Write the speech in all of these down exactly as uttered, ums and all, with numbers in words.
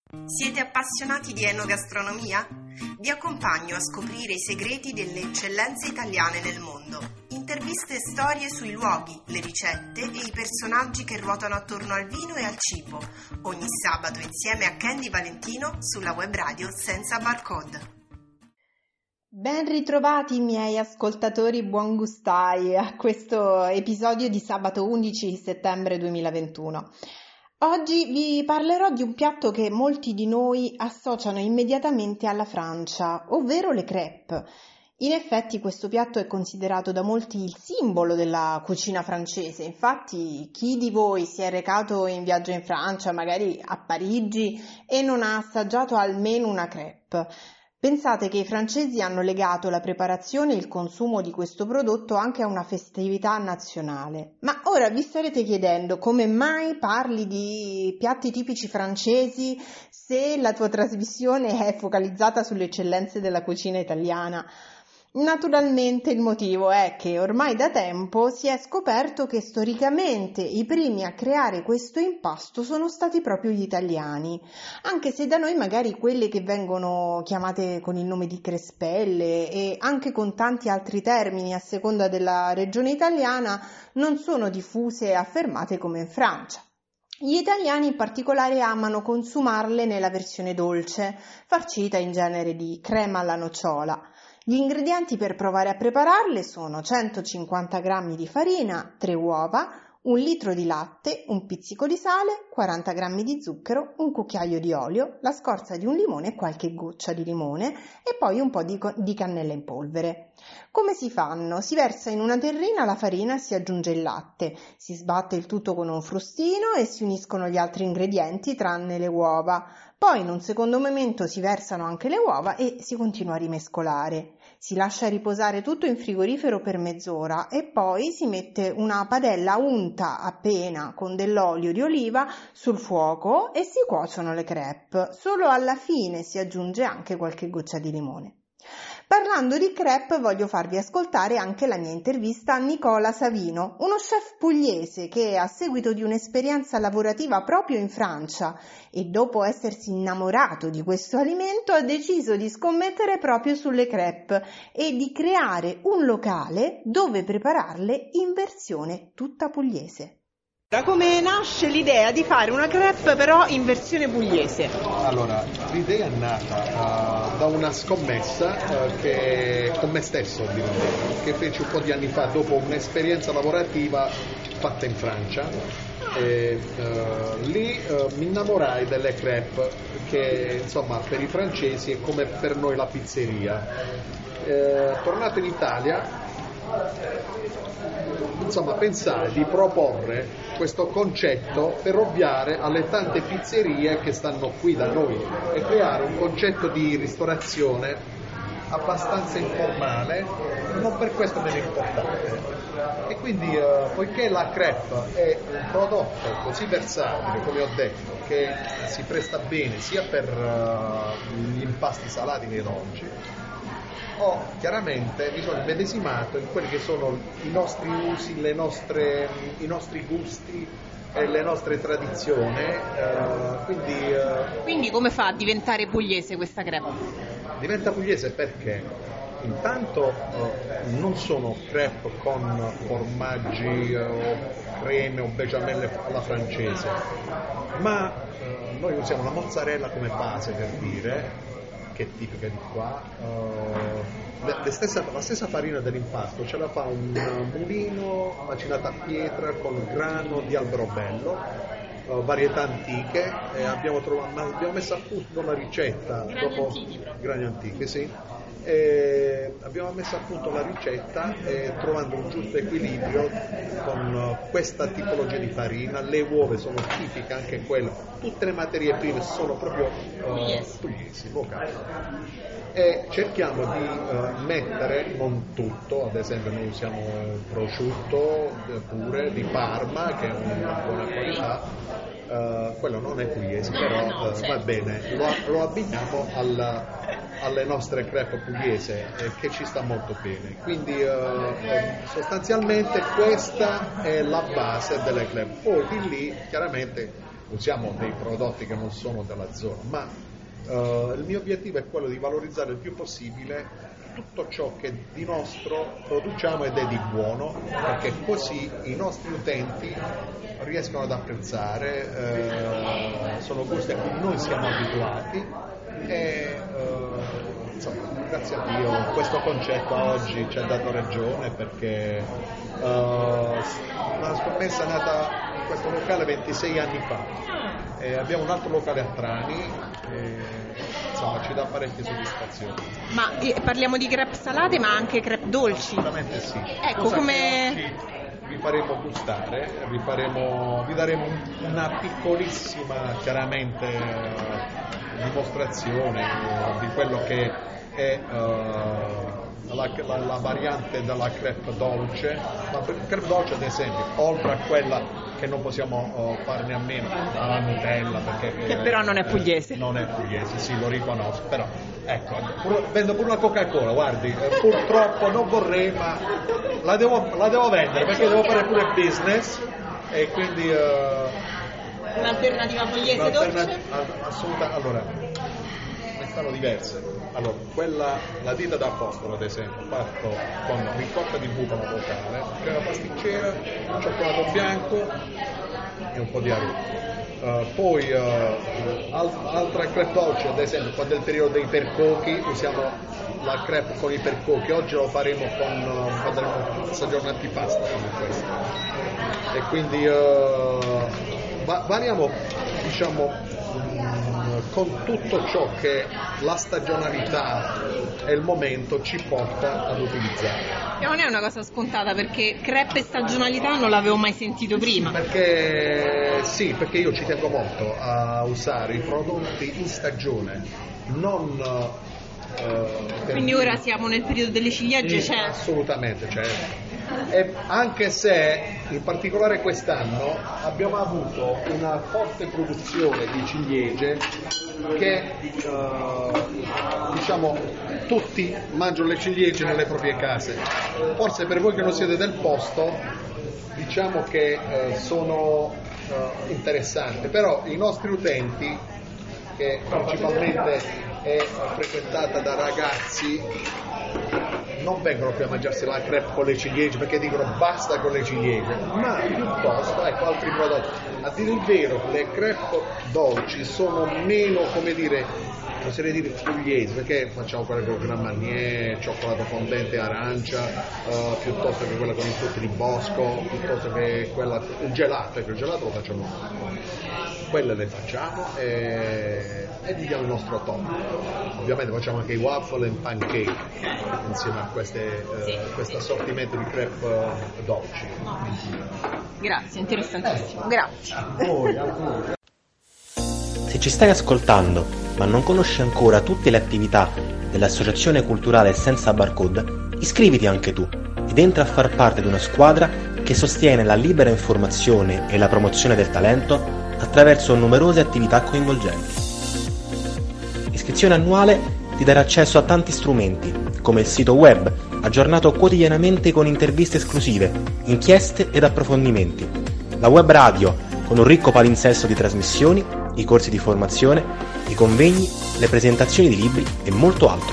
Siete appassionati di enogastronomia? Vi accompagno a scoprire i segreti delle eccellenze italiane nel mondo. Interviste e storie sui luoghi, le ricette e i personaggi che ruotano attorno al vino e al cibo. Ogni sabato insieme a Candy Valentino sulla web radio senza barcode. Ben ritrovati miei ascoltatori buongustai a questo episodio di sabato undici settembre duemilaventuno. Oggi vi parlerò di un piatto che molti di noi associano immediatamente alla Francia, ovvero le crêpes. In effetti questo piatto è considerato da molti il simbolo della cucina francese, infatti chi di voi si è recato in viaggio in Francia, magari a Parigi, e non ha assaggiato almeno una crêpe? Pensate che i francesi hanno legato la preparazione e il consumo di questo prodotto anche a una festività nazionale. Ma ora vi starete chiedendo come mai parli di piatti tipici francesi se la tua trasmissione è focalizzata sulle eccellenze della cucina italiana? Naturalmente il motivo è che ormai da tempo si è scoperto che storicamente i primi a creare questo impasto sono stati proprio gli italiani, anche se da noi magari quelle che vengono chiamate con il nome di crespelle e anche con tanti altri termini a seconda della regione italiana non sono diffuse e affermate come in Francia. Gli italiani in particolare amano consumarle nella versione dolce, farcita in genere di crema alla nocciola. Gli ingredienti per provare a prepararle sono centocinquanta grammi di farina, tre uova, un litro di latte, un pizzico di sale, quaranta grammi di zucchero, un cucchiaio di olio, la scorza di un limone e qualche goccia di limone e poi un po' di, di cannella in polvere. Come si fanno? Si versa in una terrina la farina e si aggiunge il latte, si sbatte il tutto con un frustino e si uniscono gli altri ingredienti tranne le uova. Poi in un secondo momento si versano anche le uova e si continua a rimescolare. Si lascia riposare tutto in frigorifero per mezz'ora e poi si mette una padella unta appena con dell'olio di oliva sul fuoco e si cuociono le crêpes. Solo alla fine si aggiunge anche qualche goccia di limone. Parlando di crêpes voglio farvi ascoltare anche la mia intervista a Nicola Savino, uno chef pugliese che a seguito di un'esperienza lavorativa proprio in Francia e dopo essersi innamorato di questo alimento ha deciso di scommettere proprio sulle crêpes e di creare un locale dove prepararle in versione tutta pugliese. Come nasce l'idea di fare una crêpe però in versione pugliese? Allora, l'idea è nata uh, da una scommessa uh, che con me stesso, che feci un po' di anni fa dopo un'esperienza lavorativa fatta in Francia. E, uh, lì uh, mi innamorai delle crêpes che insomma per i francesi è come per noi la pizzeria. Uh, tornato in Italia, insomma pensare di proporre questo concetto per ovviare alle tante pizzerie che stanno qui da noi e creare un concetto di ristorazione abbastanza informale, non per questo meno importante. E quindi eh, poiché la crêpe è un prodotto così versatile, come ho detto, che si presta bene sia per uh, gli impasti salati che dolci, ho chiaramente mi sono immedesimato in quelli che sono i nostri usi, le nostre, i nostri gusti e le nostre tradizioni. Eh, quindi, eh, quindi come fa a diventare pugliese questa crêpe? Diventa pugliese perché intanto eh, non sono crêpe con formaggi o eh, creme o bechamelle alla francese, ma eh, noi usiamo la mozzarella come base, per dire, che è tipica di qua. Uh, le, le stessa, la stessa farina dell'impasto ce la fa un mulino macinato a pietra con grano di alberobello, uh, varietà antiche, e abbiamo, trovato, abbiamo messo a punto la ricetta grani dopo antichi, grani antiche, sì. E abbiamo messo a punto la ricetta e trovando un giusto equilibrio con questa tipologia di farina. Le uova sono tipiche anche quelle, tutte le materie prime sono proprio uh, pugliesi, locali, e cerchiamo di uh, mettere non tutto, ad esempio noi usiamo prosciutto pure di Parma che è una buona qualità. Uh, quello non è pugliese, però uh, va bene, lo, lo abbiniamo al, alle nostre crêpes pugliese eh, che ci sta molto bene, quindi uh, sostanzialmente questa è la base delle crêpes. Poi di lì chiaramente usiamo dei prodotti che non sono della zona, ma uh, il mio obiettivo è quello di valorizzare il più possibile tutto ciò che di nostro produciamo ed è di buono, perché così i nostri utenti riescono ad apprezzare, eh, sono gusti a cui noi siamo abituati e eh, insomma, grazie a Dio questo concetto oggi ci ha dato ragione, perché eh, una scommessa è nata in questo locale ventisei anni fa. E abbiamo un altro locale a Trani e, insomma, ci dà parecchie soddisfazioni. Ma eh, parliamo di crepe salate ma anche crepe dolci? Assolutamente sì. Ecco, Cosa come... vi faremo gustare, vi, faremo, vi daremo una piccolissima chiaramente eh, dimostrazione eh, di quello che è eh, La, la, la variante della crepe dolce. La crepe dolce, ad esempio, oltre a quella che non possiamo uh, farne a meno, la Nutella, perché che eh, però non è pugliese. Eh, non è pugliese, sì, lo riconosco, però ecco, pur, vendo pure la Coca-Cola, guardi, eh, purtroppo non vorrei, ma la devo, la devo vendere perché devo fare pure business e quindi uh, un'alternativa pugliese dolce? Assolutamente. Allora, ne fanno diverse. Allora, quella, la dita d'apostolo ad esempio, fatto con ricotta di bufala locale, crema pasticcera, cioccolato bianco e un po' di aruto. Uh, poi uh, alt- altra crepe dolce, ad esempio, quando è il periodo dei percochi, usiamo la crepe con i percochi. Oggi lo faremo con uh, quando assaggiare antipasta come questo. E quindi uh, va- variamo, diciamo, con tutto ciò che la stagionalità e il momento ci porta ad utilizzare. E non è una cosa scontata, perché crepe e stagionalità non l'avevo mai sentito prima. Perché sì, perché io ci tengo molto a usare i prodotti in stagione, non uh, quindi ora siamo nel periodo delle ciliegie, sì, c'è? Assolutamente, certo. E anche se in particolare quest'anno abbiamo avuto una forte produzione di ciliegie che uh, diciamo tutti mangiano le ciliegie nelle proprie case. Forse per voi che non siete del posto diciamo che uh, sono uh, interessanti, però i nostri utenti, che principalmente è frequentata da ragazzi, non vengono più a mangiarsi la crepe con le ciliegie perché dicono basta con le ciliegie, ma piuttosto ecco altri prodotti. A dire il vero, le crepe dolci sono meno, come dire, oserei dire pugliesi, perché facciamo quella con Grand Marnier, cioccolato fondente arancia, uh, piuttosto che quella con i frutti di bosco, piuttosto che quella, il gelato, ecco il gelato lo facciamo noi. Quelle le facciamo e, e gli diamo il nostro tono. Ovviamente facciamo anche i waffle e i pancake insieme a queste, sì, uh, questo sì. assortimento di crepe uh, dolci. Grazie, interessantissimo. Grazie. A voi, a voi. Se ci stai ascoltando ma non conosci ancora tutte le attività dell'Associazione Culturale Senza Barcode, iscriviti anche tu ed entra a far parte di una squadra che sostiene la libera informazione e la promozione del talento attraverso numerose attività coinvolgenti. L'iscrizione annuale ti darà accesso a tanti strumenti, come il sito web, aggiornato quotidianamente con interviste esclusive, inchieste ed approfondimenti, la web radio con un ricco palinsesto di trasmissioni, i corsi di formazione, i convegni, le presentazioni di libri e molto altro.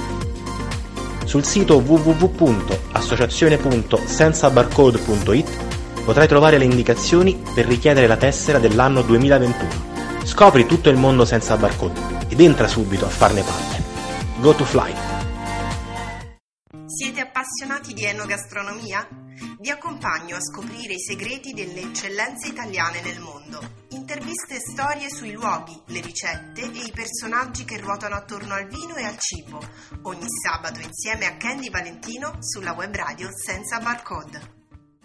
Sul sito w w w punto associazione punto senza barcode punto it potrai trovare le indicazioni per richiedere la tessera dell'anno duemilaventuno. Scopri tutto il mondo senza barcode ed entra subito a farne parte. Go to fly! Siete appassionati di enogastronomia? Vi accompagno a scoprire i segreti delle eccellenze italiane nel mondo. Interviste e storie sui luoghi, le ricette e i personaggi che ruotano attorno al vino e al cibo. Ogni sabato insieme a Candy Valentino sulla web radio Senza Barcode.